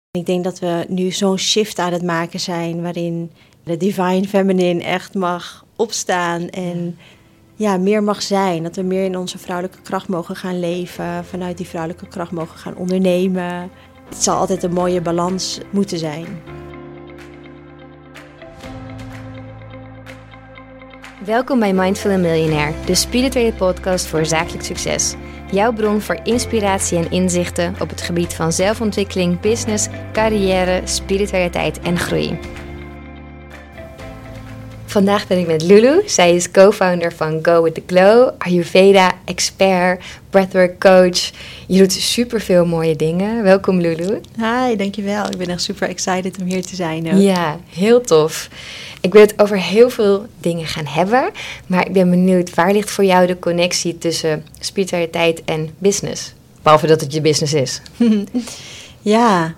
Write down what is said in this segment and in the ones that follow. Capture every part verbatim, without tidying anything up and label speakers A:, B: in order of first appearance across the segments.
A: Ik denk dat we nu zo'n shift aan het maken zijn waarin de divine feminine echt mag opstaan en ja, meer mag zijn. Dat we meer in onze vrouwelijke kracht mogen gaan leven, vanuit die vrouwelijke kracht mogen gaan ondernemen. Het zal altijd een mooie balans moeten zijn.
B: Welkom bij Mindful and Millionaire, de spirituele podcast voor zakelijk succes. Jouw bron voor inspiratie en inzichten op het gebied van zelfontwikkeling, business, carrière, spiritualiteit en groei. Vandaag ben ik met Lulu. Zij is co-founder van Go With The Glow, Ayurveda, expert, breathwork coach. Je doet superveel mooie dingen. Welkom Lulu.
A: Hi, dankjewel. Ik ben echt super excited om hier te zijn. Ook.
B: Ja, heel tof. Ik wil het over heel veel dingen gaan hebben, maar ik ben benieuwd, waar ligt voor jou de connectie tussen spiritualiteit en business? Behalve dat het je business is.
A: Ja,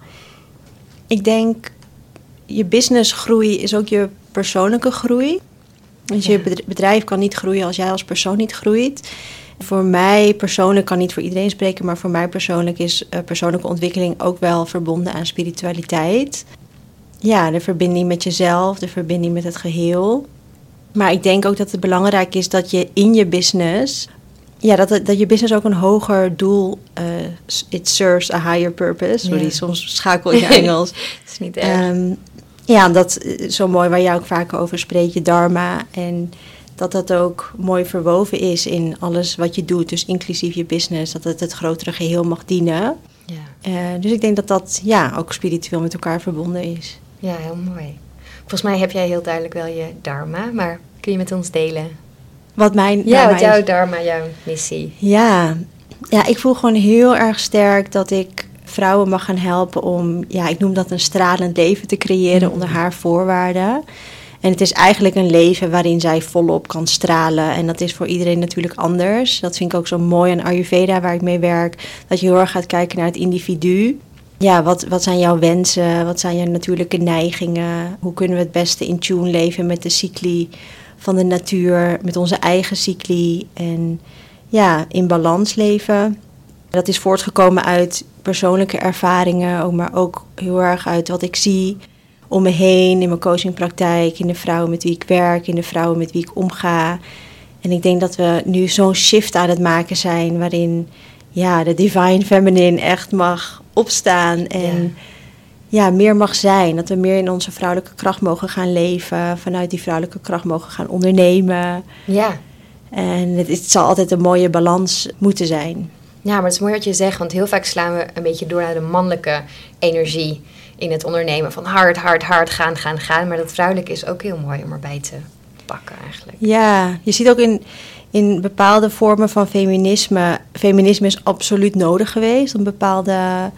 A: ik denk, je businessgroei is ook je persoonlijke groei. Dus ja. Je bedrijf kan niet groeien als jij als persoon niet groeit. Voor mij persoonlijk, kan niet voor iedereen spreken, maar voor mij persoonlijk is uh, persoonlijke ontwikkeling ook wel verbonden aan spiritualiteit. Ja, de verbinding met jezelf, de verbinding met het geheel. Maar ik denk ook dat het belangrijk is dat je in je business, ja, dat, het, dat je business ook een hoger doel, uh, it serves a higher purpose. Sorry, ja. Soms schakel je Engels.
B: Dat is niet erg. Um,
A: ja, dat is zo mooi waar jij ook vaak over spreekt, je dharma. En dat dat ook mooi verwoven is in alles wat je doet, dus inclusief je business, dat het het grotere geheel mag dienen. Ja. Uh, dus ik denk dat dat ja, ook spiritueel met elkaar verbonden is.
B: Ja, heel mooi. Volgens mij heb jij heel duidelijk wel je dharma, maar kun je met ons delen?
A: Wat mijn
B: ja,
A: dharma
B: wat jouw
A: is?
B: dharma, jouw missie.
A: Ja. ja, ik voel gewoon heel erg sterk dat ik vrouwen mag gaan helpen om, ja, ik noem dat een stralend leven te creëren mm. onder haar voorwaarden. En het is eigenlijk een leven waarin zij volop kan stralen. En dat is voor iedereen natuurlijk anders. Dat vind ik ook zo mooi aan Ayurveda, waar ik mee werk. Dat je heel erg gaat kijken naar het individu. Ja, wat, wat zijn jouw wensen? Wat zijn jouw natuurlijke neigingen? Hoe kunnen we het beste in tune leven met de cycli van de natuur, met onze eigen cycli en ja, in balans leven? Dat is voortgekomen uit persoonlijke ervaringen, maar ook heel erg uit wat ik zie om me heen in mijn coachingpraktijk, in de vrouwen met wie ik werk, in de vrouwen met wie ik omga. En ik denk dat we nu zo'n shift aan het maken zijn waarin ja, de divine feminine echt mag opstaan en ja. ja, meer mag zijn. Dat we meer in onze vrouwelijke kracht mogen gaan leven, vanuit die vrouwelijke kracht mogen gaan ondernemen.
B: Ja.
A: En het, het zal altijd een mooie balans moeten zijn.
B: Ja, maar het is mooi wat je zegt, want heel vaak slaan we een beetje door naar de mannelijke energie in het ondernemen. Van hard, hard, hard, gaan, gaan, gaan. Maar dat vrouwelijke is ook heel mooi om erbij te pakken eigenlijk.
A: Ja, je ziet ook in, in bepaalde vormen van feminisme. Feminisme is absoluut nodig geweest om bepaalde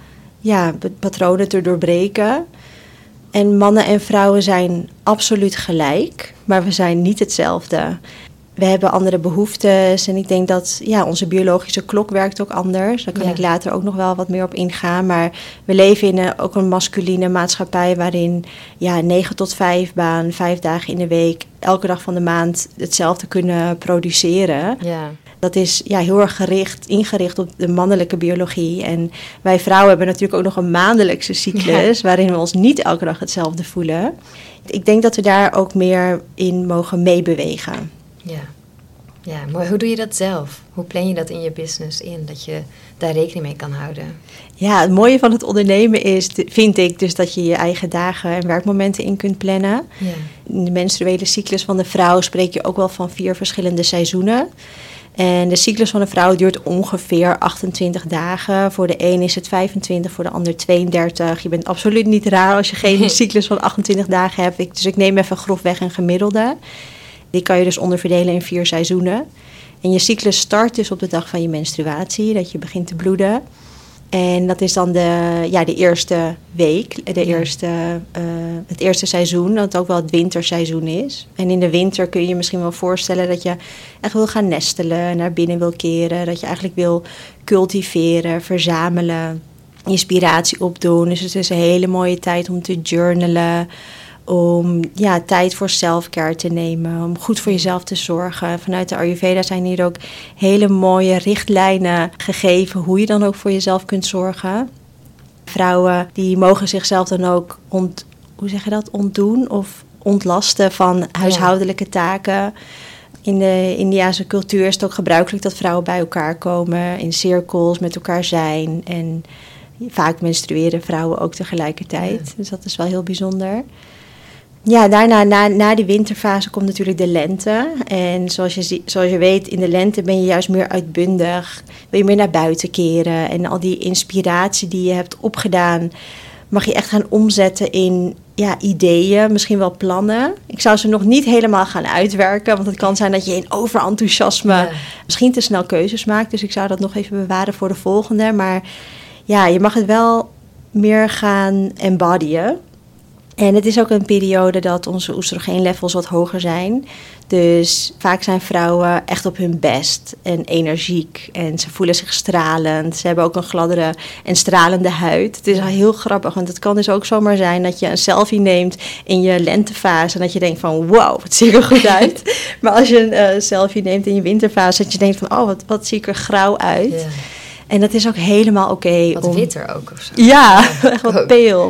A: ja, patronen te doorbreken. En mannen en vrouwen zijn absoluut gelijk, maar we zijn niet hetzelfde. We hebben andere behoeftes en ik denk dat ja, onze biologische klok werkt ook anders. Daar kan ja. ik later ook nog wel wat meer op ingaan. Maar we leven in een, ook een masculine maatschappij waarin ja, negen tot vijf baan, vijf dagen in de week, elke dag van de maand hetzelfde kunnen produceren.
B: Ja.
A: Dat is ja, heel erg gericht, ingericht op de mannelijke biologie. En wij vrouwen hebben natuurlijk ook nog een maandelijkse cyclus, ja. waarin we ons niet elke dag hetzelfde voelen. Ik denk dat we daar ook meer in mogen meebewegen.
B: Ja. ja, mooi. Hoe doe je dat zelf? Hoe plan je dat in je business in, dat je daar rekening mee kan houden?
A: Ja, het mooie van het ondernemen is, vind ik, dus dat je je eigen dagen en werkmomenten in kunt plannen. Ja. In de menstruele cyclus van de vrouw spreek je ook wel van vier verschillende seizoenen. En de cyclus van de vrouw duurt ongeveer achtentwintig dagen. Voor de een is het vijfentwintig, voor de ander tweeëndertig. Je bent absoluut niet raar als je geen cyclus van achtentwintig dagen hebt. Ik, dus ik neem even grofweg een gemiddelde. Die kan je dus onderverdelen in vier seizoenen. En je cyclus start dus op de dag van je menstruatie, dat je begint te bloeden. En dat is dan de, ja, de eerste week, de eerste, uh, het eerste seizoen, dat ook wel het winterseizoen is. En in de winter kun je je misschien wel voorstellen dat je echt wil gaan nestelen, naar binnen wil keren. Dat je eigenlijk wil cultiveren, verzamelen, inspiratie opdoen. Dus het is een hele mooie tijd om te journalen, om ja, tijd voor self-care te nemen, om goed voor jezelf te zorgen. Vanuit de Ayurveda zijn hier ook hele mooie richtlijnen gegeven hoe je dan ook voor jezelf kunt zorgen. Vrouwen die mogen zichzelf dan ook ont, hoe zeg je dat, ontdoen of ontlasten van huishoudelijke taken. In de Indiase cultuur is het ook gebruikelijk dat vrouwen bij elkaar komen, in cirkels met elkaar zijn. En vaak menstrueren vrouwen ook tegelijkertijd. Ja. Dus dat is wel heel bijzonder. Ja, daarna, na, na die winterfase komt natuurlijk de lente. En zoals je, zoals je weet, in de lente ben je juist meer uitbundig. Wil je meer naar buiten keren. En al die inspiratie die je hebt opgedaan, mag je echt gaan omzetten in ja, ideeën, misschien wel plannen. Ik zou ze nog niet helemaal gaan uitwerken, want het kan zijn dat je in overenthousiasme ja. misschien te snel keuzes maakt. Dus ik zou dat nog even bewaren voor de volgende. Maar ja, je mag het wel meer gaan embodyen. En het is ook een periode dat onze oestrogeenlevels wat hoger zijn. Dus vaak zijn vrouwen echt op hun best en energiek. En ze voelen zich stralend. Ze hebben ook een gladdere en stralende huid. Het is al heel grappig, want het kan dus ook zomaar zijn dat je een selfie neemt in je lentefase. En dat je denkt van, wow, wat zie ik er goed uit. Maar als je een uh, selfie neemt in je winterfase, dat je denkt van, oh, wat, wat zie ik er grauw uit. Yeah. En dat is ook helemaal oké. Okay
B: wat
A: om...
B: witter ook of zo.
A: Ja, echt wat peel.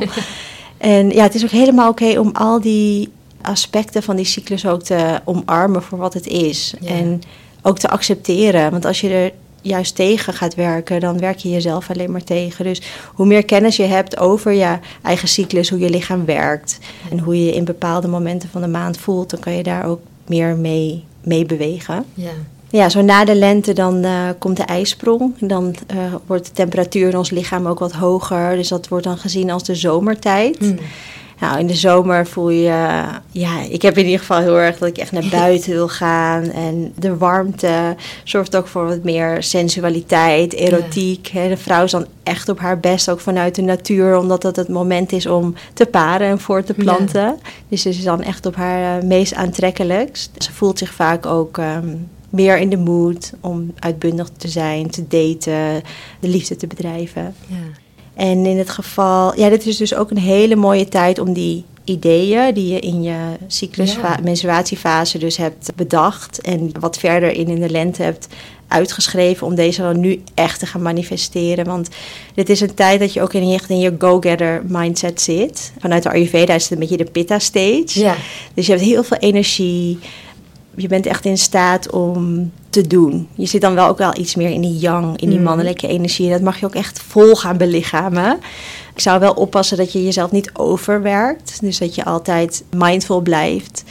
A: En ja, het is ook helemaal oké okay om al die aspecten van die cyclus ook te omarmen voor wat het is. Ja. En ook te accepteren. Want als je er juist tegen gaat werken, dan werk je jezelf alleen maar tegen. Dus hoe meer kennis je hebt over je eigen cyclus, hoe je lichaam werkt ja. en hoe je in bepaalde momenten van de maand voelt, dan kan je daar ook meer mee, mee bewegen. Ja. Ja, zo na de lente dan uh, komt de ijsprong. Dan uh, wordt de temperatuur in ons lichaam ook wat hoger. Dus dat wordt dan gezien als de zomertijd. Mm. Nou, in de zomer voel je... Uh, ja, ik heb in ieder geval heel erg dat ik echt naar buiten wil gaan. En de warmte zorgt ook voor wat meer sensualiteit, erotiek. Ja. Hè. De vrouw is dan echt op haar best, ook vanuit de natuur. Omdat dat het moment is om te paren en voor te planten. Ja. Dus ze is dan echt op haar uh, meest aantrekkelijkst. Ze voelt zich vaak ook... Um, meer in de mood om uitbundig te zijn, te daten, de liefde te bedrijven. Ja. En in het geval... Ja, dit is dus ook een hele mooie tijd om die ideeën die je in je cyclus, ja. menstruatiefase dus hebt bedacht en wat verder in, in de lente hebt uitgeschreven, om deze dan nu echt te gaan manifesteren. Want dit is een tijd dat je ook in je, in je go-getter mindset zit. Vanuit de Ayurveda is het een beetje de pitta stage. Ja. Dus je hebt heel veel energie. Je bent echt in staat om te doen. Je zit dan wel ook wel iets meer in die yang, in die mannelijke energie. En dat mag je ook echt vol gaan belichamen. Ik zou wel oppassen dat je jezelf niet overwerkt. Dus dat je altijd mindful blijft.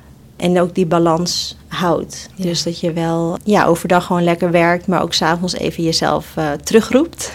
A: En ook die balans houdt. Ja. Dus dat je wel ja, overdag gewoon lekker werkt, maar ook 's avonds even jezelf uh, terugroept.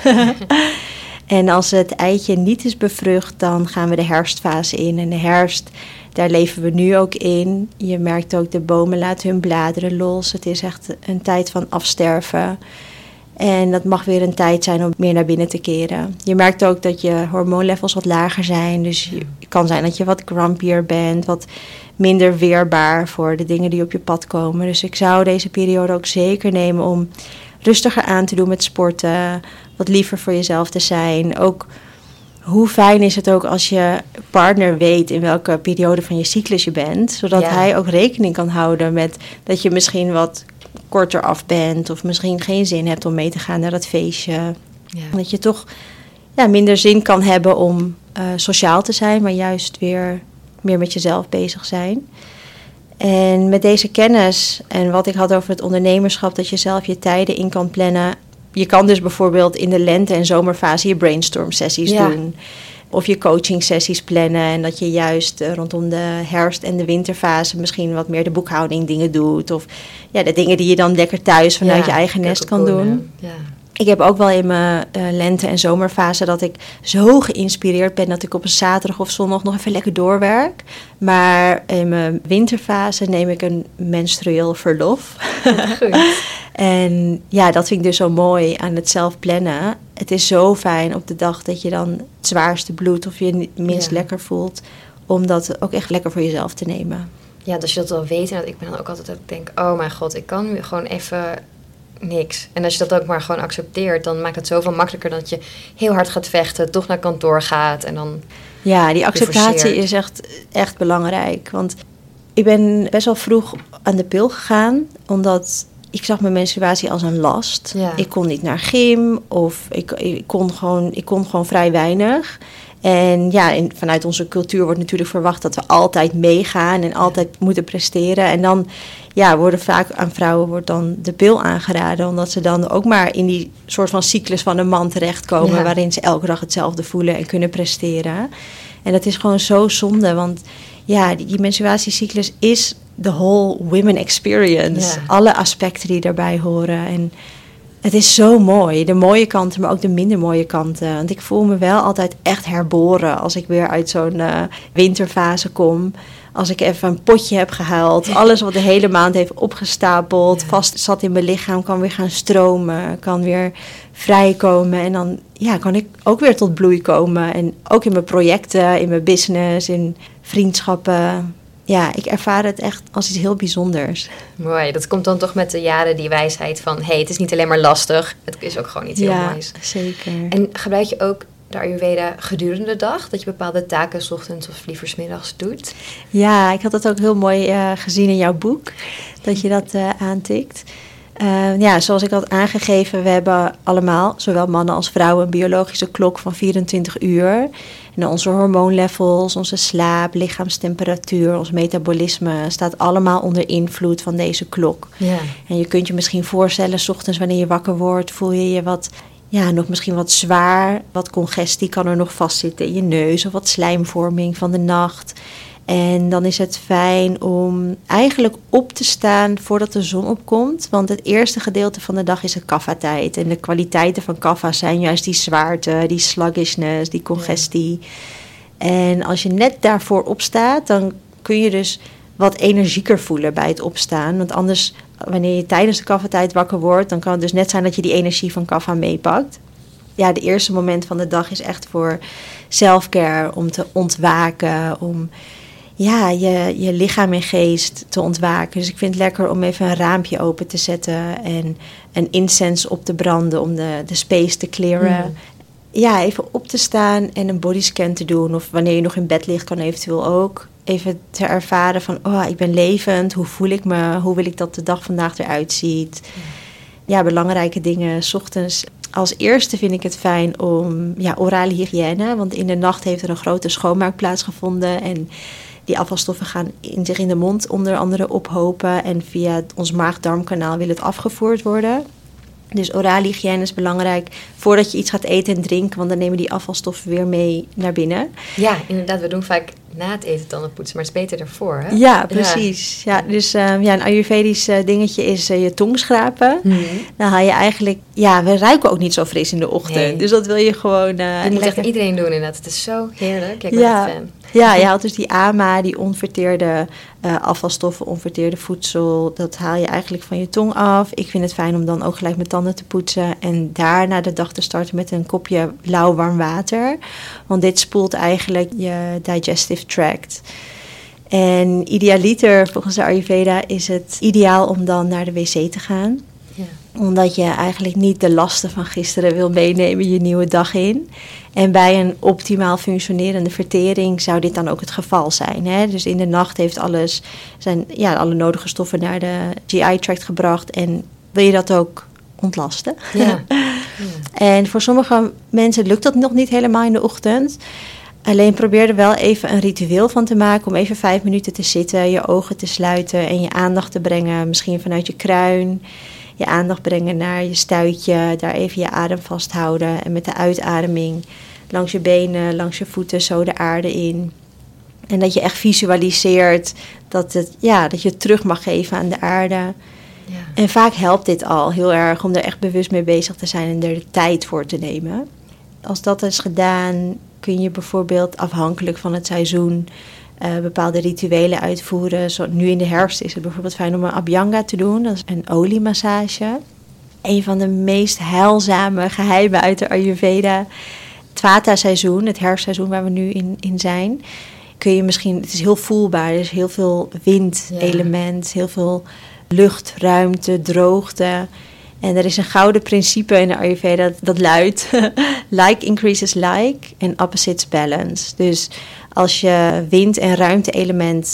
A: En als het eitje niet is bevrucht, dan gaan we de herfstfase in. En de herfst, daar leven we nu ook in. Je merkt ook, de bomen laten hun bladeren los. Het is echt een tijd van afsterven. En dat mag weer een tijd zijn om meer naar binnen te keren. Je merkt ook dat je hormoonlevels wat lager zijn. Dus het kan zijn dat je wat grumpier bent, wat minder weerbaar voor de dingen die op je pad komen. Dus ik zou deze periode ook zeker nemen om rustiger aan te doen met sporten, wat liever voor jezelf te zijn. Ook hoe fijn is het ook als je partner weet in welke periode van je cyclus je bent, zodat ja. hij ook rekening kan houden met dat je misschien wat korter af bent of misschien geen zin hebt om mee te gaan naar dat feestje. Ja. Dat je toch ja, minder zin kan hebben om uh, sociaal te zijn, maar juist weer meer met jezelf bezig zijn. En met deze kennis en wat ik had over het ondernemerschap, dat je zelf je tijden in kan plannen. Je kan dus bijvoorbeeld in de lente- en zomerfase je brainstorm sessies ja. doen. Of je coaching sessies plannen. En dat je juist rondom de herfst- en de winterfase misschien wat meer de boekhouding dingen doet. Of ja, de dingen die je dan lekker thuis vanuit ja, je eigen nest kan doen. Ja. Ik heb ook wel in mijn uh, lente- en zomerfase dat ik zo geïnspireerd ben dat ik op een zaterdag of zondag nog even lekker doorwerk. Maar in mijn winterfase neem ik een menstrueel verlof. Goed. En ja, dat vind ik dus zo mooi aan het zelf plannen. Het is zo fijn op de dag dat je dan het zwaarste bloedt of je je minst ja. lekker voelt, om dat ook echt lekker voor jezelf te nemen.
B: Ja, als je dat wel weet, en ik ben dan ook altijd dat ik denk, oh mijn god, ik kan nu gewoon even niks. En als je dat ook maar gewoon accepteert, dan maakt het zoveel makkelijker dat je heel hard gaat vechten, toch naar kantoor gaat en dan...
A: Ja, die acceptatie is echt, echt belangrijk. Want ik ben best wel vroeg aan de pil gegaan, omdat ik zag mijn menstruatie als een last.
B: Ja.
A: Ik kon niet naar gym of ik, ik, kon, gewoon, ik kon gewoon vrij weinig. En ja, in, vanuit onze cultuur wordt natuurlijk verwacht dat we altijd meegaan en altijd moeten presteren. En dan ja, worden vaak aan vrouwen wordt dan de pil aangeraden, omdat ze dan ook maar in die soort van cyclus van een man terechtkomen, ja. waarin ze elke dag hetzelfde voelen en kunnen presteren. En dat is gewoon zo zonde, want ja, die, die menstruatiecyclus is the whole women experience. Ja. Alle aspecten die daarbij horen. En het is zo mooi. De mooie kanten, maar ook de minder mooie kanten. Want ik voel me wel altijd echt herboren als ik weer uit zo'n uh, winterfase kom. Als ik even een potje heb gehaald. Alles wat de hele maand heeft opgestapeld. Ja. Vast zat in mijn lichaam. Kan weer gaan stromen. Kan weer vrijkomen. En dan ja, kan ik ook weer tot bloei komen. En ook in mijn projecten, in mijn business, in vriendschappen. Ja, ik ervaar het echt als iets heel bijzonders.
B: Mooi, dat komt dan toch met de jaren die wijsheid van... hé, hey, het is niet alleen maar lastig, het is ook gewoon iets heel
A: ja,
B: moois.
A: Ja, zeker.
B: En gebruik je ook de Ayurveda gedurende de dag? Dat je bepaalde taken 's ochtends of liever 's middags doet?
A: Ja, ik had dat ook heel mooi uh, gezien in jouw boek, dat je dat uh, aantikt. Uh, ja, zoals ik had aangegeven, we hebben allemaal, zowel mannen als vrouwen, een biologische klok van vierentwintig uur. En onze hormoonlevels, onze slaap, lichaamstemperatuur, ons metabolisme staat allemaal onder invloed van deze klok.
B: Ja.
A: En je kunt je misschien voorstellen, 's ochtends wanneer je wakker wordt, voel je je wat, ja, nog misschien wat zwaar. Wat congestie kan er nog vastzitten in je neus of wat slijmvorming van de nacht. En dan is het fijn om eigenlijk op te staan voordat de zon opkomt. Want het eerste gedeelte van de dag is de kapha-tijd. En de kwaliteiten van kapha zijn juist die zwaarte, die sluggishness, die congestie. Ja. En als je net daarvoor opstaat, dan kun je dus wat energieker voelen bij het opstaan. Want anders, wanneer je tijdens de kapha-tijd wakker wordt, dan kan het dus net zijn dat je die energie van kapha meepakt. Ja, de eerste moment van de dag is echt voor selfcare, om te ontwaken, om ja, je, je lichaam en geest te ontwaken. Dus ik vind het lekker om even een raampje open te zetten en een incense op te branden om de, de space te clearen. Mm. Ja, even op te staan en een bodyscan te doen. Of wanneer je nog in bed ligt, kan eventueel ook. Even te ervaren van, oh, ik ben levend. Hoe voel ik me? Hoe wil ik dat de dag vandaag eruit ziet? Mm. Ja, belangrijke dingen. 's Ochtends als eerste vind ik het fijn om ja, orale hygiëne. Want in de nacht heeft er een grote schoonmaak plaatsgevonden. En die afvalstoffen gaan in zich in de mond onder andere ophopen. En via ons maag-darmkanaal wil het afgevoerd worden. Dus orale hygiëne is belangrijk voordat je iets gaat eten en drinken. Want dan nemen die afvalstoffen weer mee naar binnen.
B: Ja, inderdaad. We doen vaak na het eten tanden poetsen, maar het is beter ervoor, hè?
A: Ja, precies. Ja. Ja, dus um, ja, een Ayurvedisch uh, dingetje is uh, je tong schrapen. Mm-hmm. Dan haal je eigenlijk... Ja, we ruiken ook niet zo fris in de ochtend. Nee. Dus dat wil je gewoon... Uh,
B: dat moet echt iedereen doen inderdaad. Het is zo heerlijk. Ik ben
A: ja.
B: een fan.
A: Ja, je haalt dus die A M A, die onverteerde uh, afvalstoffen, onverteerde voedsel. Dat haal je eigenlijk van je tong af. Ik vind het fijn om dan ook gelijk mijn tanden te poetsen. En daarna de dag te starten met een kopje lauw warm water. Want dit spoelt eigenlijk je digestive tract. En idealiter, volgens de Ayurveda, is het ideaal om dan naar de wc te gaan. Ja. Omdat je eigenlijk niet de lasten van gisteren wil meenemen je nieuwe dag in. En bij een optimaal functionerende vertering zou dit dan ook het geval zijn. Hè? Dus in de nacht heeft alles, zijn ja, alle nodige stoffen naar de G I-tract gebracht. En wil je dat ook ontlasten?
B: Ja. Ja.
A: En voor sommige mensen lukt dat nog niet helemaal in de ochtend. Alleen probeer er wel even een ritueel van te maken om even vijf minuten te zitten, je ogen te sluiten en je aandacht te brengen. Misschien vanuit je kruin, je aandacht brengen naar je stuitje, daar even je adem vasthouden. En met de uitademing langs je benen, langs je voeten, zo de aarde in. En dat je echt visualiseert dat, het, ja, dat je het terug mag geven aan de aarde. Ja. En vaak helpt dit al heel erg om er echt bewust mee bezig te zijn en er de tijd voor te nemen. Als dat is gedaan, kun je bijvoorbeeld afhankelijk van het seizoen uh, bepaalde rituelen uitvoeren. Zo, nu in de herfst is het bijvoorbeeld fijn om een abhyanga te doen. Dat is een oliemassage. Een van de meest heilzame geheimen uit de Ayurveda. Het Vata-seizoen, het herfstseizoen waar we nu in, in zijn. Kun je misschien, het is heel voelbaar. Er is heel veel windelement, ja. Heel veel lucht, ruimte, droogte. En er is een gouden principe in de Ayurveda dat, dat luidt like increases like and opposites balance. Dus als je wind- en ruimte-element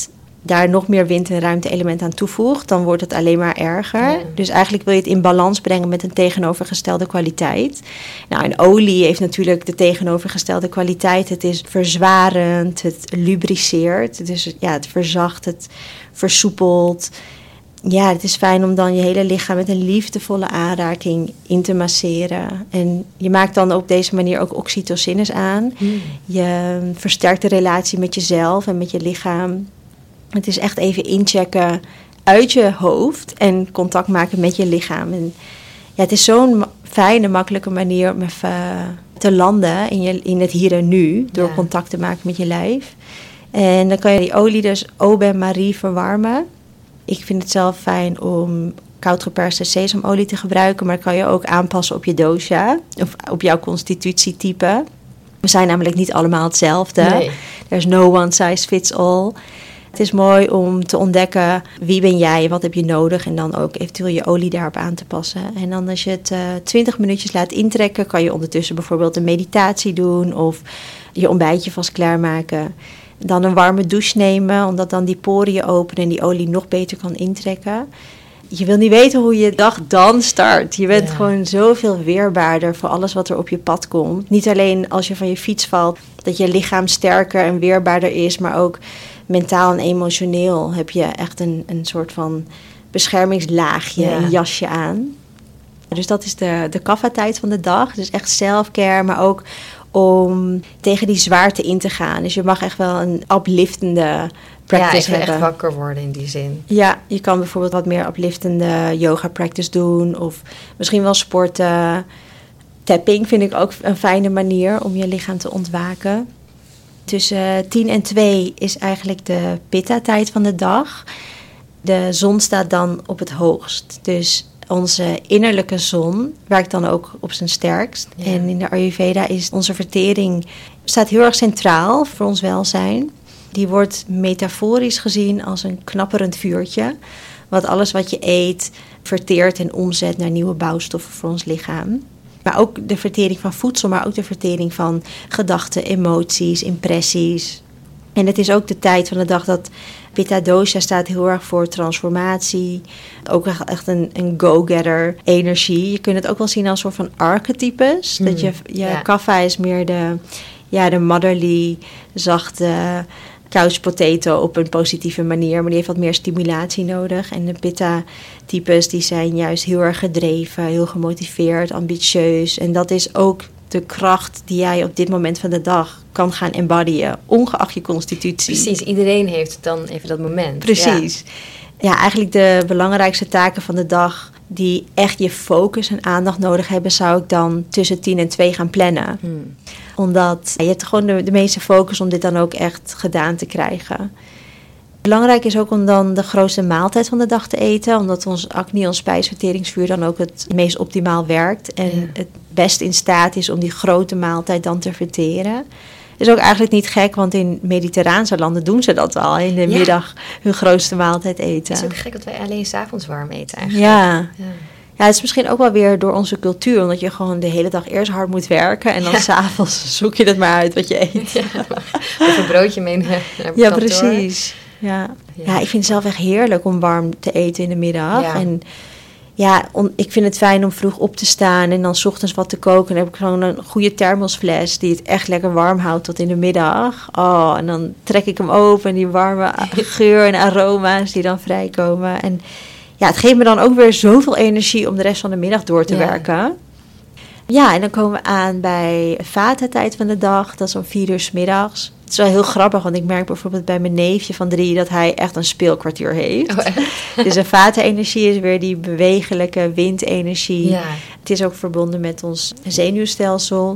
A: daar nog meer wind- en ruimte-element aan toevoegt, dan wordt het alleen maar erger.
B: Ja.
A: Dus eigenlijk wil je het in balans brengen met een tegenovergestelde kwaliteit. Nou, en olie heeft natuurlijk de tegenovergestelde kwaliteit. Het is verzwarend, het lubriceert, het, is, ja, het verzacht, het versoepelt. Ja, het is fijn om dan je hele lichaam met een liefdevolle aanraking in te masseren. En je maakt dan op deze manier ook oxytocines aan. Mm. Je versterkt de relatie met jezelf en met je lichaam. Het is echt even inchecken uit je hoofd en contact maken met je lichaam. En ja, het is zo'n ma- fijne, makkelijke manier om even te landen in, je, in het hier en nu. Door ja. contact te maken met je lijf. En dan kan je die olie dus Aube en Marie verwarmen. Ik vind het zelf fijn om koud geperste sesamolie te gebruiken. Maar dat kan je ook aanpassen op je dosha. Of op jouw constitutietype. We zijn namelijk niet allemaal hetzelfde.
B: Nee.
A: There's no one size fits all. Het is mooi om te ontdekken wie ben jij, wat heb je nodig en dan ook eventueel je olie daarop aan te passen. En dan als je het uh, twintig minuutjes laat intrekken, kan je ondertussen bijvoorbeeld een meditatie doen of je ontbijtje vast klaarmaken. Dan een warme douche nemen, omdat dan die poriën openen en die olie nog beter kan intrekken. Je wil niet weten hoe je dag dan start. Je bent ja. gewoon zoveel weerbaarder voor alles wat er op je pad komt. Niet alleen als je van je fiets valt, dat je lichaam sterker en weerbaarder is, maar ook mentaal en emotioneel heb je echt een, een soort van beschermingslaagje, ja. een jasje aan. Dus dat is de, de kaffa-tijd van de dag. Dus echt self-care, maar ook om tegen die zwaarte in te gaan. Dus je mag echt wel een upliftende practice
B: ja,
A: hebben.
B: Echt wakker worden in die zin.
A: Ja, je kan bijvoorbeeld wat meer upliftende yoga practice doen of misschien wel sporten. Tapping vind ik ook een fijne manier om je lichaam te ontwaken. Tussen tien en twee is eigenlijk de pitta-tijd van de dag. De zon staat dan op het hoogst. Dus onze innerlijke zon werkt dan ook op zijn sterkst. Ja. En in de Ayurveda is onze vertering staat heel erg centraal voor ons welzijn. Die wordt metaforisch gezien als een knapperend vuurtje. Wat alles wat je eet verteert en omzet naar nieuwe bouwstoffen voor ons lichaam. Maar ook de vertering van voedsel, maar ook de vertering van gedachten, emoties, impressies. En het is ook de tijd van de dag dat Pitta dosha staat heel erg voor transformatie. Ook echt een, een go-getter energie. Je kunt het ook wel zien als een soort van archetypes. Mm, dat je, je ja. Kapha is meer de, ja, de motherly, zachte couch potato op een positieve manier. Maar die heeft wat meer stimulatie nodig. En de Pitta-types die zijn juist heel erg gedreven, heel gemotiveerd, ambitieus. En dat is ook de kracht die jij op dit moment van de dag kan gaan embodyen, ongeacht je constitutie.
B: Precies, iedereen heeft dan even dat moment.
A: Precies. Ja, ja, eigenlijk de belangrijkste taken van de dag die echt je focus en aandacht nodig hebben, zou ik dan tussen tien en twee gaan plannen. Hmm. Omdat ja, je hebt gewoon de, de meeste focus om dit dan ook echt gedaan te krijgen. Belangrijk is ook om dan de grootste maaltijd van de dag te eten. Omdat ons acne, ons spijsverteringsvuur dan ook het meest optimaal werkt. En ja. het best in staat is om die grote maaltijd dan te verteren. Is ook eigenlijk niet gek, want in mediterraanse landen doen ze dat al. In de ja. middag hun grootste maaltijd eten.
B: Het is ook gek dat wij alleen 's avonds warm eten eigenlijk.
A: Ja. ja. Ja, het is misschien ook wel weer door onze cultuur. Omdat je gewoon de hele dag eerst hard moet werken. En dan ja. 's avonds zoek je het maar uit wat je eet.
B: Ja. Of een broodje mee naar
A: Ja, kantoor. Precies. Ja. Ja. ja, ik vind het zelf echt heerlijk om warm te eten in de middag. Ja. En ja, on, ik vind het fijn om vroeg op te staan en dan 's ochtends wat te koken. Dan heb ik gewoon een goede thermosfles die het echt lekker warm houdt tot in de middag. Oh, en dan trek ik hem open en die warme geur en aroma's die dan vrijkomen. En ja, het geeft me dan ook weer zoveel energie om de rest van de middag door te ja. werken. Ja, en dan komen we aan bij Vata-tijd van de dag. Dat is om vier uur 's middags. Het is wel heel grappig, want ik merk bijvoorbeeld bij mijn neefje van drie dat hij echt een speelkwartier heeft. Oh, dus de Vata-energie is weer die bewegelijke windenergie. Ja. Het is ook verbonden met ons zenuwstelsel.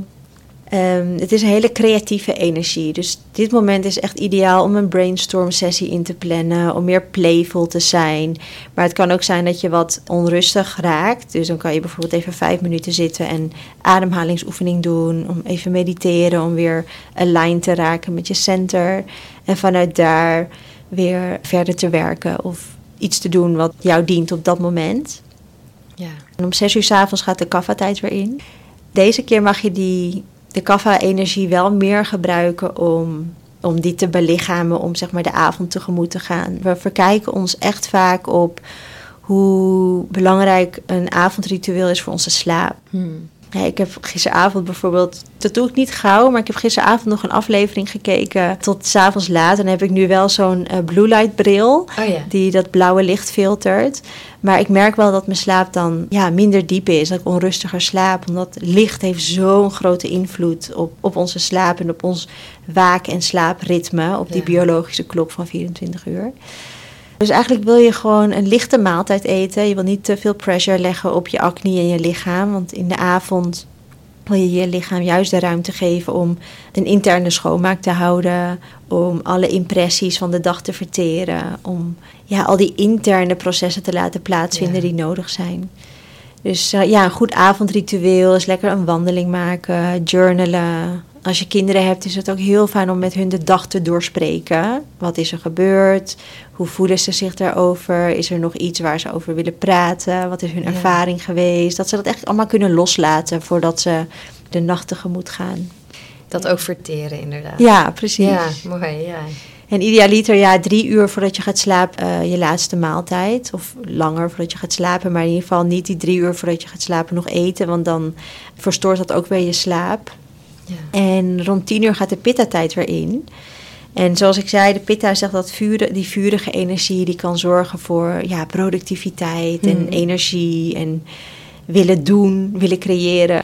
A: Um, het is een hele creatieve energie. Dus dit moment is echt ideaal om een brainstorm sessie in te plannen. Om meer playful te zijn. Maar het kan ook zijn dat je wat onrustig raakt. Dus dan kan je bijvoorbeeld even vijf minuten zitten en ademhalingsoefening doen. Om even mediteren, om weer aligned te raken met je center. En vanuit daar weer verder te werken. Of iets te doen wat jou dient op dat moment. Ja. En om zes uur 's avonds gaat de kaffa-tijd weer in. Deze keer mag je die... de kaffa-energie wel meer gebruiken om om die te belichamen, om zeg maar de avond tegemoet te gaan. We verkijken ons echt vaak op hoe belangrijk een avondritueel is voor onze slaap. Hmm. Ja, ik heb gisteravond bijvoorbeeld, dat doe ik niet gauw, maar ik heb gisteravond nog een aflevering gekeken tot 's avonds laat. En dan heb ik nu wel zo'n uh, blue light bril,
B: oh ja.
A: die dat blauwe licht filtert. Maar ik merk wel dat mijn slaap dan ja, minder diep is, dat ik onrustiger slaap. Omdat licht heeft zo'n grote invloed op, op onze slaap en op ons waak- en slaapritme, op die ja. biologische klok van vierentwintig uur. Dus eigenlijk wil je gewoon een lichte maaltijd eten. Je wil niet te veel pressure leggen op je acne en je lichaam. Want in de avond wil je je lichaam juist de ruimte geven om een interne schoonmaak te houden. Om alle impressies van de dag te verteren. Om ja, al die interne processen te laten plaatsvinden ja. die nodig zijn. Dus uh, ja, een goed avondritueel is lekker een wandeling maken, journalen. Als je kinderen hebt, is het ook heel fijn om met hun de dag te doorspreken. Wat is er gebeurd? Hoe voelen ze zich daarover? Is er nog iets waar ze over willen praten? Wat is hun ja. ervaring geweest? Dat ze dat echt allemaal kunnen loslaten voordat ze de nacht tegemoet gaan.
B: Dat ook verteren, inderdaad.
A: Ja, precies.
B: Ja, mooi, ja.
A: En idealiter, ja, drie uur voordat je gaat slapen, uh, je laatste maaltijd. Of langer voordat je gaat slapen, maar in ieder geval niet die drie uur voordat je gaat slapen nog eten. Want dan verstoort dat ook weer je slaap. Ja. En rond tien uur gaat de pitta-tijd weer in. En zoals ik zei, de pitta zegt dat vuren, die vurige energie, die kan zorgen voor ja, productiviteit en hmm. energie en willen doen, willen creëren.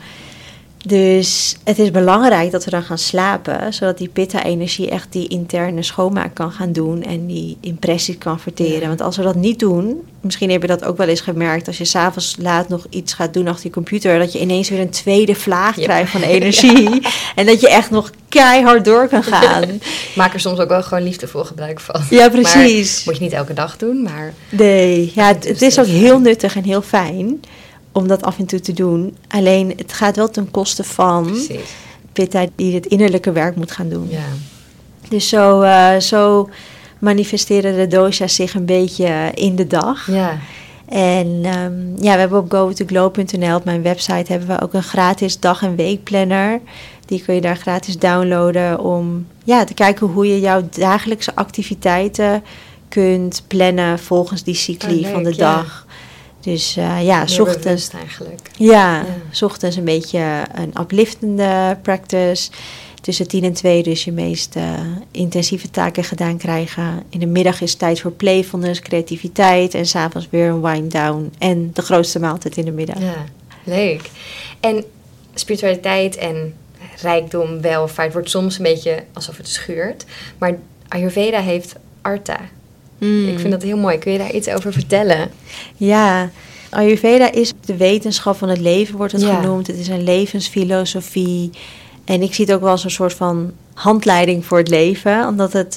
A: Dus het is belangrijk dat we dan gaan slapen, zodat die pitta-energie echt die interne schoonmaak kan gaan doen en die impressies kan verteren. Ja. Want als we dat niet doen, misschien heb je dat ook wel eens gemerkt, als je 's avonds laat nog iets gaat doen achter je computer, dat je ineens weer een tweede vlaag ja. krijgt van energie. Ja. En dat je echt nog keihard door kan gaan.
B: Maak er soms ook wel gewoon liefdevol gebruik van.
A: Ja, precies.
B: Maar moet je niet elke dag doen, maar...
A: Nee, ja, het, het is ook heel nuttig en heel fijn om dat af en toe te doen. Alleen, het gaat wel ten koste van Precies. pitta die het innerlijke werk moet gaan doen.
B: Ja.
A: Dus zo, uh, zo manifesteren de dosha's zich een beetje in de dag.
B: Ja.
A: En um, ja, we hebben op go to glow punt n l, op mijn website, hebben we ook een gratis dag- en weekplanner. Die kun je daar gratis downloaden om ja, te kijken hoe je jouw dagelijkse activiteiten kunt plannen volgens die cycli oh, leuk, van de
B: ja.
A: dag. Dus uh, ja, s ochtends
B: eigenlijk.
A: Ja, ja, s ochtends een beetje een upliftende practice. Tussen tien en twee dus je meest uh, intensieve taken gedaan krijgen. In de middag is tijd voor playfulness, creativiteit. En 's avonds weer een wind down. En de grootste maaltijd in de middag.
B: Ja, leuk. En spiritualiteit en rijkdom, welvaart wordt soms een beetje alsof het schuurt. Maar Ayurveda heeft Artha. Mm. Ik vind dat heel mooi. Kun je daar iets over vertellen?
A: Ja, Ayurveda is de wetenschap van het leven, wordt het
B: ja.
A: genoemd. Het is een levensfilosofie. En ik zie het ook wel als een soort van handleiding voor het leven. Omdat het,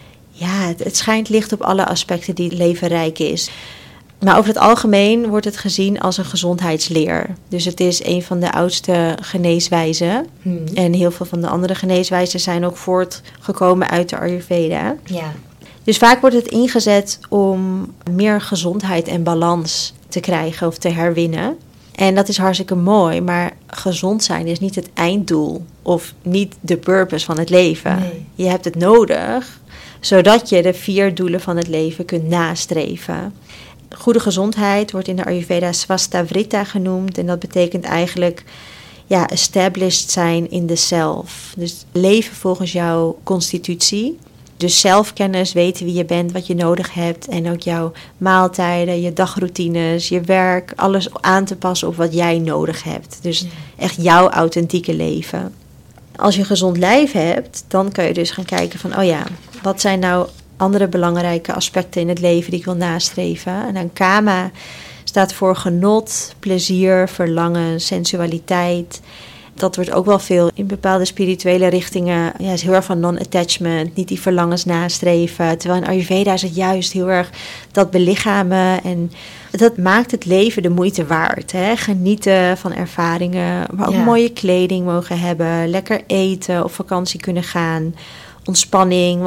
A: ja, het, het schijnt licht op alle aspecten die het leven rijk is. Maar over het algemeen wordt het gezien als een gezondheidsleer. Dus het is een van de oudste geneeswijzen. Hmm. En heel veel van de andere geneeswijzen zijn ook voortgekomen uit de Ayurveda.
B: Ja.
A: Dus vaak wordt het ingezet om meer gezondheid en balans te krijgen of te herwinnen. En dat is hartstikke mooi, maar gezond zijn is niet het einddoel of niet de purpose van het leven.
B: Nee.
A: Je hebt het nodig, zodat je de vier doelen van het leven kunt nastreven. Goede gezondheid wordt in de Ayurveda Svastavrita genoemd. En dat betekent eigenlijk ja, established zijn in de self. Dus leven volgens jouw constitutie. Dus zelfkennis, weten wie je bent, wat je nodig hebt. En ook jouw maaltijden, je dagroutines, je werk. Alles aan te passen op wat jij nodig hebt. Dus ja. echt jouw authentieke leven. Als je een gezond lijf hebt, dan kan je dus gaan kijken van, oh ja, wat zijn nou andere belangrijke aspecten in het leven die ik wil nastreven. En dan kama staat voor genot, plezier, verlangen, sensualiteit. Dat wordt ook wel veel in bepaalde spirituele richtingen. Ja, is heel erg van non-attachment, niet die verlangens nastreven. Terwijl in Ayurveda is het juist heel erg dat belichamen. En dat maakt het leven de moeite waard. Hè? Genieten van ervaringen, maar ook ja. mooie kleding mogen hebben. Lekker eten, op vakantie kunnen gaan. Ontspanning, want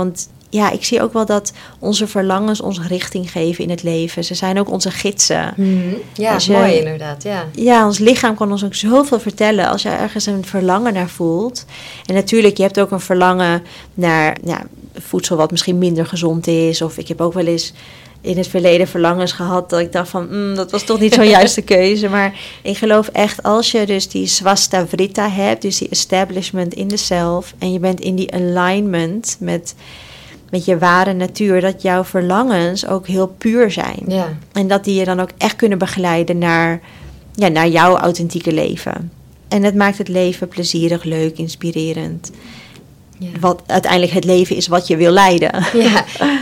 A: ja, ik zie ook wel dat onze verlangens ons richting geven in het leven. Ze zijn ook onze gidsen.
B: Mm-hmm. Ja,
A: je,
B: mooi inderdaad. Ja.
A: ja, ons lichaam kan ons ook zoveel vertellen als je ergens een verlangen naar voelt. En natuurlijk, je hebt ook een verlangen naar ja, voedsel wat misschien minder gezond is. Of ik heb ook wel eens in het verleden verlangens gehad dat ik dacht van, mm, dat was toch niet zo'n juiste keuze. Maar ik geloof echt, als je dus die svastavrita hebt, dus die establishment in de self, en je bent in die alignment met, met je ware natuur, dat jouw verlangens ook heel puur zijn.
B: Ja.
A: En dat die je dan ook echt kunnen begeleiden naar, ja, naar jouw authentieke leven. En het maakt het leven plezierig, leuk, inspirerend. Ja. Wat uiteindelijk het leven is wat je wil leiden.
B: Ja, ja.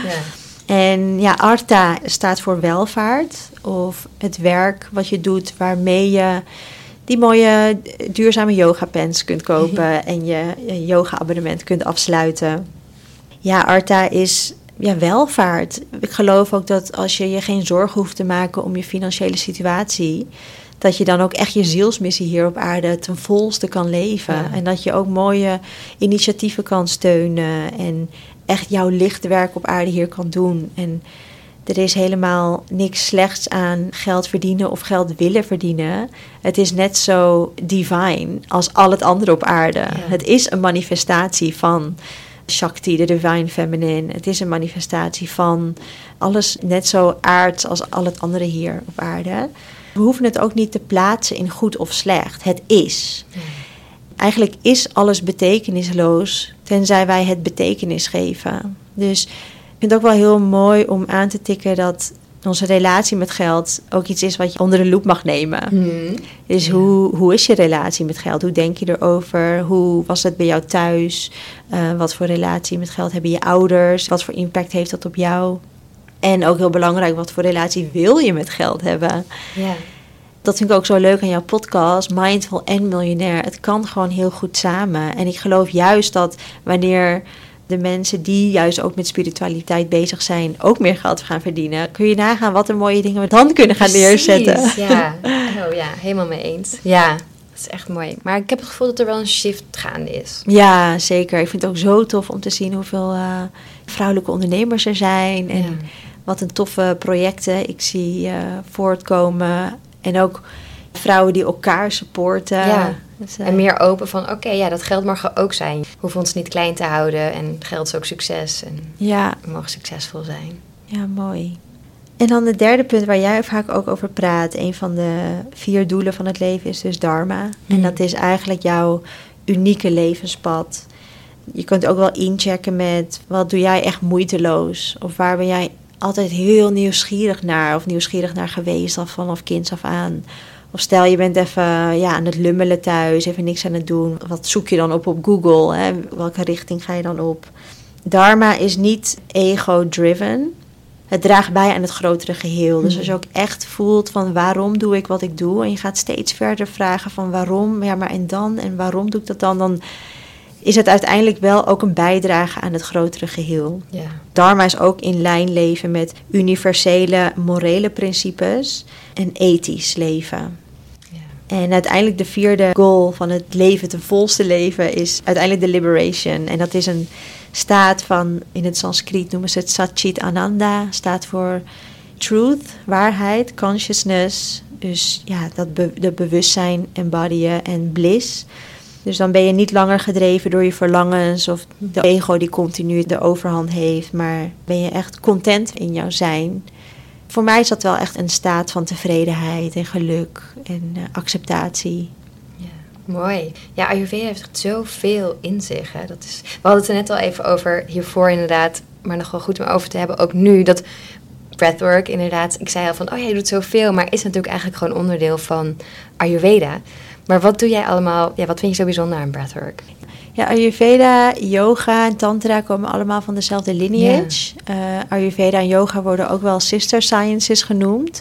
A: En ja, Artha staat voor welvaart, of het werk wat je doet waarmee je die mooie duurzame yoga pants kunt kopen en je, je yoga abonnement kunt afsluiten. Ja, Artha is ja, welvaart. Ik geloof ook dat als je je geen zorgen hoeft te maken om je financiële situatie, dat je dan ook echt je zielsmissie hier op aarde ten volste kan leven. Ja. En dat je ook mooie initiatieven kan steunen en echt jouw lichtwerk op aarde hier kan doen. En er is helemaal niks slechts aan geld verdienen of geld willen verdienen. Het is net zo divine als al het andere op aarde. Ja. Het is een manifestatie van Shakti, de Divine Feminine. Het is een manifestatie van alles net zo aards als al het andere hier op aarde. We hoeven het ook niet te plaatsen in goed of slecht. Het is. Ja. Eigenlijk is alles betekenisloos, tenzij wij het betekenis geven. Dus ik vind het ook wel heel mooi om aan te tikken dat onze relatie met geld ook iets is wat je onder de loep mag nemen. Hmm. Dus ja. hoe, hoe is je relatie met geld? Hoe denk je erover? Hoe was het bij jou thuis? Uh, wat voor relatie met geld hebben je ouders? Wat voor impact heeft dat op jou? En ook heel belangrijk, wat voor relatie wil je met geld hebben? Ja. Dat vind ik ook zo leuk aan jouw podcast, Mindful en Miljonair. Het kan gewoon heel goed samen. En ik geloof juist dat wanneer de mensen die juist ook met spiritualiteit bezig zijn ook meer geld gaan verdienen, kun je nagaan wat een mooie dingen we dan kunnen gaan Precies, neerzetten.
B: Ja, oh ja, helemaal mee eens. Ja, dat is echt mooi. Maar ik heb het gevoel dat er wel een shift gaande is.
A: Ja, zeker. Ik vind het ook zo tof om te zien hoeveel uh, vrouwelijke ondernemers er zijn. En ja. wat een toffe projecten ik zie uh, voortkomen. En ook vrouwen die elkaar supporten.
B: Ja. Dus, uh, en meer open van, oké, okay, ja, dat geld mag er ook zijn. We hoeven ons niet klein te houden. En geld is ook succes. En
A: ja.
B: we mogen succesvol zijn.
A: Ja, mooi. En dan het derde punt waar jij vaak ook over praat. Een van de vier doelen van het leven is dus Dharma. Mm. En dat is eigenlijk jouw unieke levenspad. Je kunt ook wel inchecken met, wat doe jij echt moeiteloos? Of waar ben jij altijd heel nieuwsgierig naar, of nieuwsgierig naar geweest, al vanaf kinds af aan. Of stel je bent even ja, aan het lummelen thuis, even niks aan het doen. Wat zoek je dan op op Google? Hè? Welke richting ga je dan op? Dharma is niet ego-driven. Het draagt bij aan het grotere geheel. Dus als je ook echt voelt van waarom doe ik wat ik doe, en je gaat steeds verder vragen van waarom, ja, maar en dan, en waarom doe ik dat dan, dan is het uiteindelijk wel ook een bijdrage aan het grotere geheel. Ja. Dharma is ook in lijn leven met universele morele principes en ethisch leven. Ja. En uiteindelijk de vierde goal van het leven, ten volste leven, is uiteindelijk de liberation. En dat is een staat van, in het Sanskriet noemen ze het Satchit Ananda, staat voor truth, waarheid, consciousness. Dus ja, dat be- de bewustzijn embodyen en bliss. Dus dan ben je niet langer gedreven door je verlangens of de ego die continu de overhand heeft. Maar ben je echt content in jouw zijn. Voor mij is dat wel echt een staat van tevredenheid en geluk en uh, acceptatie.
B: Ja, mooi. Ja, Ayurveda heeft echt zoveel in zich. Hè? Dat is, we hadden het er net al even over hiervoor inderdaad. Maar nog wel goed om over te hebben. Ook nu dat breathwork inderdaad. Ik zei al van, oh ja, je doet zoveel. Maar is natuurlijk eigenlijk gewoon onderdeel van Ayurveda. Maar wat doe jij allemaal, ja, wat vind je zo bijzonder aan breathwork?
A: Ja, Ayurveda, yoga en tantra komen allemaal van dezelfde lineage. Yeah. Uh, Ayurveda en yoga worden ook wel sister sciences genoemd.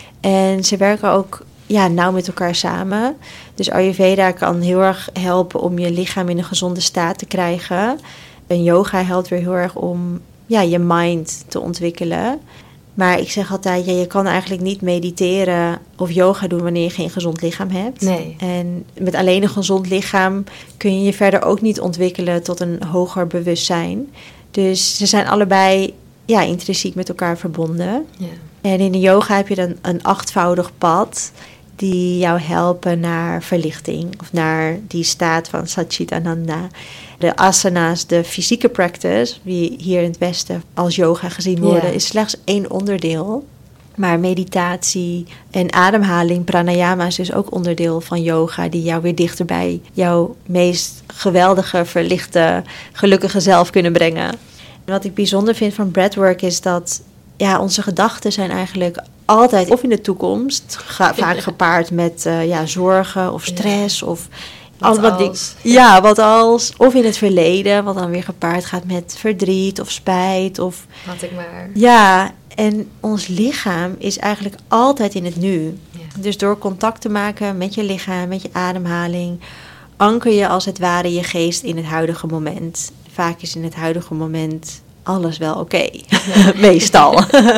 A: En ze werken ook ja, nauw met elkaar samen. Dus Ayurveda kan heel erg helpen om je lichaam in een gezonde staat te krijgen. En yoga helpt weer heel erg om ja, je mind te ontwikkelen. Maar ik zeg altijd, ja, je kan eigenlijk niet mediteren of yoga doen wanneer je geen gezond lichaam hebt.
B: Nee.
A: En met alleen een gezond lichaam kun je je verder ook niet ontwikkelen tot een hoger bewustzijn. Dus ze zijn allebei ja, intrinsiek met elkaar verbonden.
B: Ja.
A: En in de yoga heb je dan een achtvoudig pad die jou helpen naar verlichting of naar die staat van Satchitananda. De asana's, de fysieke practice, die hier in het Westen als yoga gezien worden, ja. is slechts één onderdeel. Maar meditatie en ademhaling, pranayama is dus ook onderdeel van yoga, die jou weer dichter bij jouw meest geweldige, verlichte, gelukkige zelf kunnen brengen. En wat ik bijzonder vind van breathwork is dat ja, onze gedachten zijn eigenlijk altijd, of in de toekomst, ga, vaak gepaard met uh, ja, zorgen of stress ja. of
B: wat
A: wat
B: als.
A: Die, ja, wat als. Of in het verleden, wat dan weer gepaard gaat met verdriet of spijt. Of,
B: had ik maar.
A: Ja, en ons lichaam is eigenlijk altijd in het nu.
B: Ja.
A: Dus door contact te maken met je lichaam, met je ademhaling, anker je als het ware je geest in het huidige moment. Vaak is in het huidige moment alles wel oké. Okay. Ja. Meestal.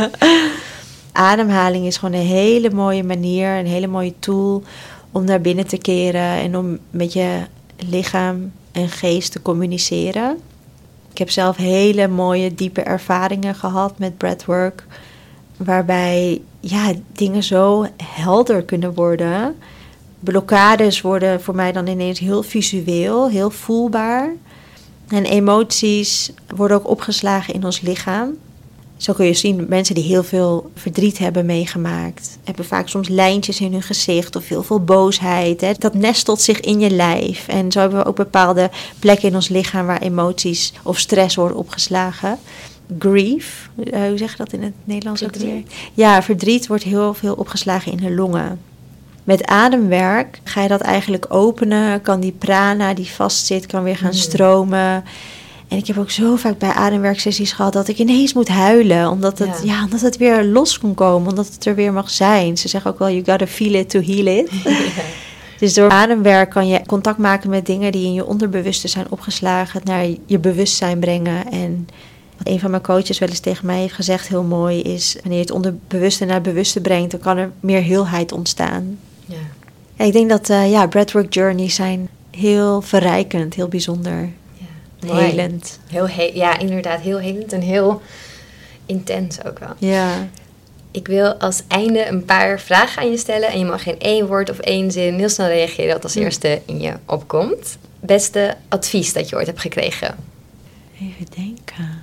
A: Ademhaling is gewoon een hele mooie manier, een hele mooie tool om naar binnen te keren en om met je lichaam en geest te communiceren. Ik heb zelf hele mooie, diepe ervaringen gehad met breathwork, waarbij ja, dingen zo helder kunnen worden. Blokkades worden voor mij dan ineens heel visueel, heel voelbaar. En emoties worden ook opgeslagen in ons lichaam. Zo kun je zien, mensen die heel veel verdriet hebben meegemaakt, hebben vaak soms lijntjes in hun gezicht of heel veel boosheid. Hè. Dat nestelt zich in je lijf. En zo hebben we ook bepaalde plekken in ons lichaam waar emoties of stress worden opgeslagen. Grief, uh, hoe zeg je dat in het Nederlands ook weer? Ja, verdriet wordt heel veel opgeslagen in de longen. Met ademwerk ga je dat eigenlijk openen, kan die prana die vastzit, kan weer gaan mm. stromen. En ik heb ook zo vaak bij ademwerksessies gehad dat ik ineens moet huilen. Omdat het, ja. Ja, omdat het weer los kon komen, omdat het er weer mag zijn. Ze zeggen ook wel, you gotta feel it to heal it. Ja. Dus door ademwerk kan je contact maken met dingen die in je onderbewuste zijn opgeslagen, naar je bewustzijn brengen. En wat een van mijn coaches wel eens tegen mij heeft gezegd, heel mooi, is wanneer je het onderbewuste naar het bewuste brengt, dan kan er meer heelheid ontstaan. Ja. Ja, ik denk dat uh, ja, breathwork journeys zijn heel verrijkend, heel bijzonder.
B: Mooi.
A: Helend.
B: Heel he- ja, inderdaad, heel helend en heel intens ook wel.
A: Ja.
B: Ik wil als einde een paar vragen aan je stellen. En je mag in één woord of één zin heel snel reageren wat als eerste in je opkomt. Beste advies dat je ooit hebt gekregen?
A: Even denken.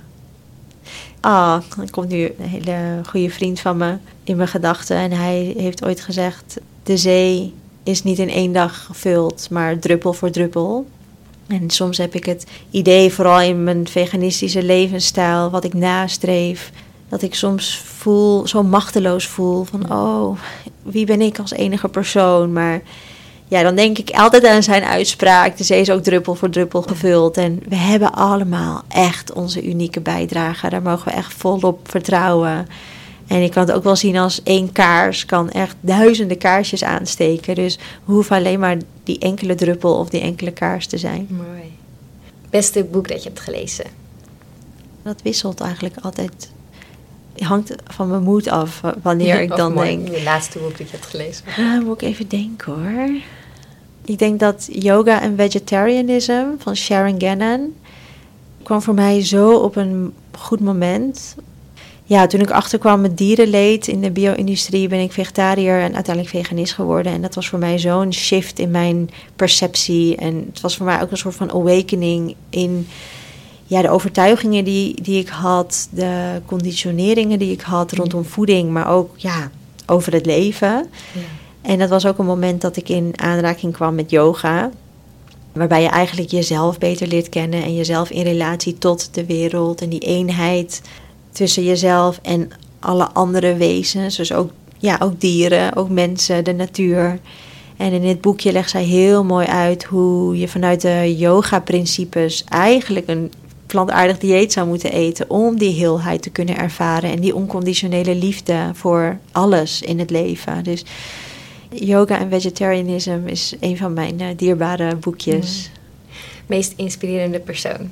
A: Ah, oh, er komt nu een hele goede vriend van me in mijn gedachten. En hij heeft ooit gezegd, de zee is niet in één dag gevuld, maar druppel voor druppel. En soms heb ik het idee, vooral in mijn veganistische levensstijl, wat ik nastreef, dat ik soms voel, zo machteloos voel van, oh, wie ben ik als enige persoon? Maar ja, dan denk ik altijd aan zijn uitspraak, de zee is ook druppel voor druppel gevuld. En we hebben allemaal echt onze unieke bijdrage, daar mogen we echt volop vertrouwen. En ik kan het ook wel zien als één kaars kan echt duizenden kaarsjes aansteken. Dus we hoeven alleen maar die enkele druppel of die enkele kaars te zijn.
B: Mooi. Beste boek dat je hebt gelezen?
A: Dat wisselt eigenlijk altijd. Het hangt van mijn moed af wanneer ik dan
B: mooi,
A: denk.
B: Je laatste boek dat je hebt gelezen.
A: Uh, moet ik even denken hoor. Ik denk dat Yoga and Vegetarianism van Sharon Gannon kwam voor mij zo op een goed moment. Ja, toen ik achterkwam met dierenleed in de bio-industrie ben ik vegetariër en uiteindelijk veganist geworden. En dat was voor mij zo'n shift in mijn perceptie. En het was voor mij ook een soort van awakening in ja, de overtuigingen die, die ik had, de conditioneringen die ik had rondom voeding, maar ook ja, over het leven. Ja. En dat was ook een moment dat ik in aanraking kwam met yoga, waarbij je eigenlijk jezelf beter leert kennen en jezelf in relatie tot de wereld en die eenheid tussen jezelf en alle andere wezens. Dus ook, ja, ook dieren, ook mensen, de natuur. En in dit boekje legt zij heel mooi uit hoe je vanuit de yoga-principes eigenlijk een plantaardig dieet zou moeten eten om die heelheid te kunnen ervaren en die onconditionele liefde voor alles in het leven. Dus Yoga en Vegetarianism is een van mijn uh, dierbare boekjes.
B: Mm. Meest inspirerende persoon?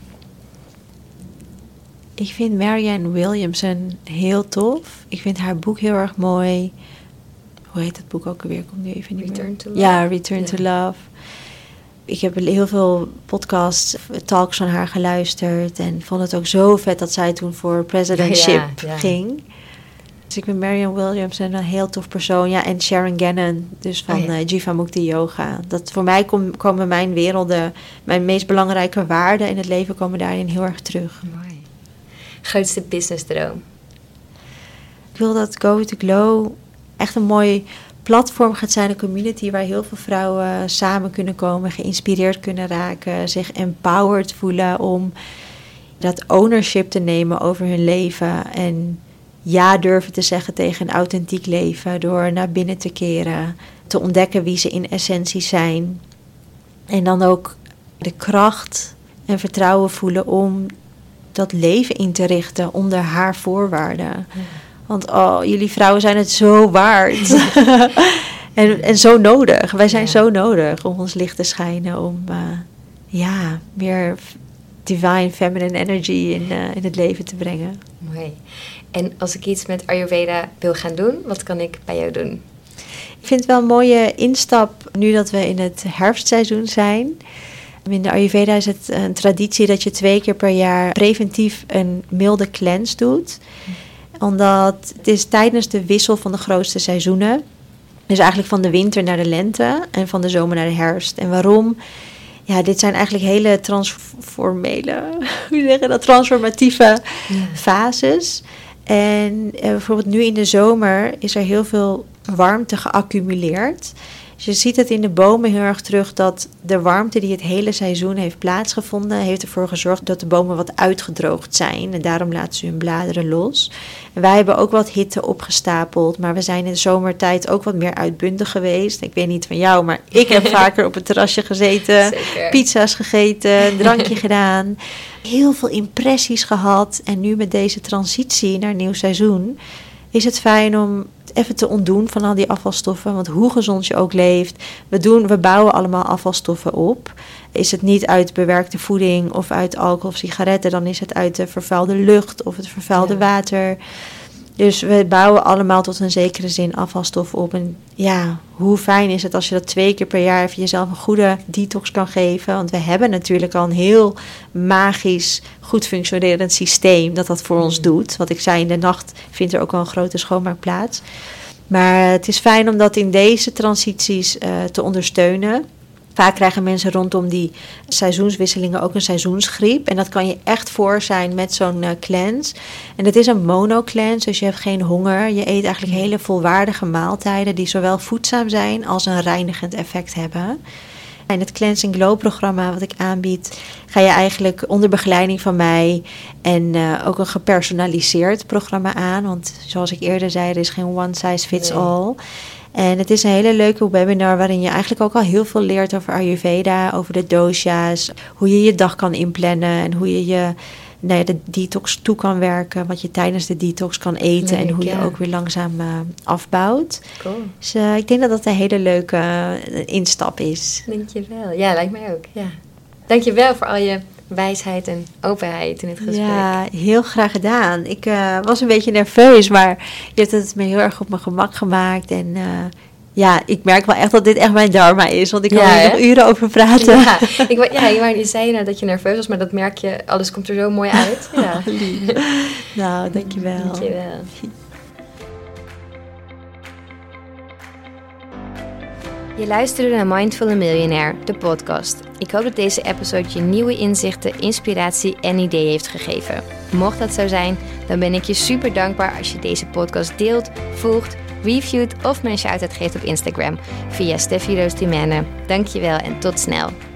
A: Ik vind Marianne Williamson heel tof. Ik vind haar boek heel erg mooi. Hoe heet dat boek ook alweer? Komt nu even niet
B: Return
A: meer.
B: to Love.
A: Ja, Return
B: ja.
A: to Love. Ik heb heel veel podcasts, talks van haar geluisterd. En vond het ook zo vet dat zij toen voor presidentship ja, ja. ging. Dus ik ben Marianne Williamson, een heel tof persoon. Ja, en Sharon Gannon, dus van oh ja. uh, Jivamukti Yoga. Dat voor mij kom, komen mijn werelden, mijn meest belangrijke waarden in het leven komen daarin heel erg terug.
B: Mooi. Grootste businessdroom?
A: Ik wil dat Go to Glow echt een mooi platform gaat zijn, een community waar heel veel vrouwen samen kunnen komen, geïnspireerd kunnen raken, zich empowered voelen om dat ownership te nemen over hun leven en ja durven te zeggen tegen een authentiek leven door naar binnen te keren, te ontdekken wie ze in essentie zijn en dan ook de kracht en vertrouwen voelen om dat leven in te richten onder haar voorwaarden. Ja. Want oh, jullie vrouwen zijn het zo waard. en, en zo nodig. Wij zijn ja. zo nodig om ons licht te schijnen. Om uh, ja, meer divine feminine energy in, uh, in het leven te brengen.
B: Mooi. En als ik iets met Ayurveda wil gaan doen, wat kan ik bij jou doen?
A: Ik vind het wel een mooie instap nu dat we in het herfstseizoen zijn. In de Ayurveda is het een traditie dat je twee keer per jaar preventief een milde cleanse doet. Omdat het is tijdens de wissel van de grootste seizoenen. Dus eigenlijk van de winter naar de lente en van de zomer naar de herfst. En waarom? Ja, dit zijn eigenlijk hele transformele, hoe zeg je dat, transformatieve ja. fases. En eh, bijvoorbeeld nu in de zomer is er heel veel warmte geaccumuleerd. Dus je ziet het in de bomen heel erg terug dat de warmte die het hele seizoen heeft plaatsgevonden, heeft ervoor gezorgd dat de bomen wat uitgedroogd zijn. En daarom laten ze hun bladeren los. En wij hebben ook wat hitte opgestapeld, maar we zijn in de zomertijd ook wat meer uitbundig geweest. Ik weet niet van jou, maar ik heb vaker op het terrasje gezeten, Zeker. pizza's gegeten, een drankje gedaan. Heel veel impressies gehad. En nu met deze transitie naar een nieuw seizoen is het fijn om even te ontdoen van al die afvalstoffen. Want hoe gezond je ook leeft, we, doen, we bouwen allemaal afvalstoffen op. Is het niet uit bewerkte voeding of uit alcohol of sigaretten, dan is het uit de vervuilde lucht of het vervuilde ja. water. Dus we bouwen allemaal tot een zekere zin afvalstoffen op. En ja, hoe fijn is het als je dat twee keer per jaar even jezelf een goede detox kan geven. Want we hebben natuurlijk al een heel magisch, goed functionerend systeem dat dat voor ons doet. Wat ik zei, in de nacht vindt er ook wel een grote schoonmaak plaats. Maar het is fijn om dat in deze transities uh, te ondersteunen. Vaak krijgen mensen rondom die seizoenswisselingen ook een seizoensgriep. En dat kan je echt voor zijn met zo'n uh, cleanse. En het is een monocleanse, dus je hebt geen honger. Je eet eigenlijk hele volwaardige maaltijden die zowel voedzaam zijn als een reinigend effect hebben. In het Cleansing Glow programma wat ik aanbied, ga je eigenlijk onder begeleiding van mij en uh, ook een gepersonaliseerd programma aan. Want zoals ik eerder zei, er is geen one size fits nee. all. En het is een hele leuke webinar waarin je eigenlijk ook al heel veel leert over Ayurveda, over de dosha's, hoe je je dag kan inplannen en hoe je je nou ja, de detox toe kan werken, wat je tijdens de detox kan eten Leuk, en hoe ja. je ook weer langzaam uh, afbouwt. Cool. Dus uh, ik denk dat dat een hele leuke uh, instap is.
B: Dankjewel. Ja, lijkt mij ook. Ja. Dankjewel voor al je wijsheid en openheid in het gesprek.
A: Ja, heel graag gedaan. Ik uh, was een beetje nerveus, maar je hebt het me heel erg op mijn gemak gemaakt. En uh, ja, ik merk wel echt dat dit echt mijn dharma is. Want ik kan ja, er nog uren over praten.
B: Ja, ik, ja je zei nou dat je nerveus was, maar dat merk je. Alles komt er zo mooi uit. Ja.
A: Nou, dankjewel.
B: Dankjewel. Je luisterde naar Mindful and Millionaire, de podcast. Ik hoop dat deze episode je nieuwe inzichten, inspiratie en ideeën heeft gegeven. Mocht dat zo zijn, dan ben ik je super dankbaar als je deze podcast deelt, volgt, reviewt of me een shout-out geeft op Instagram via Steffi Roos Timene. Dankjewel en tot snel.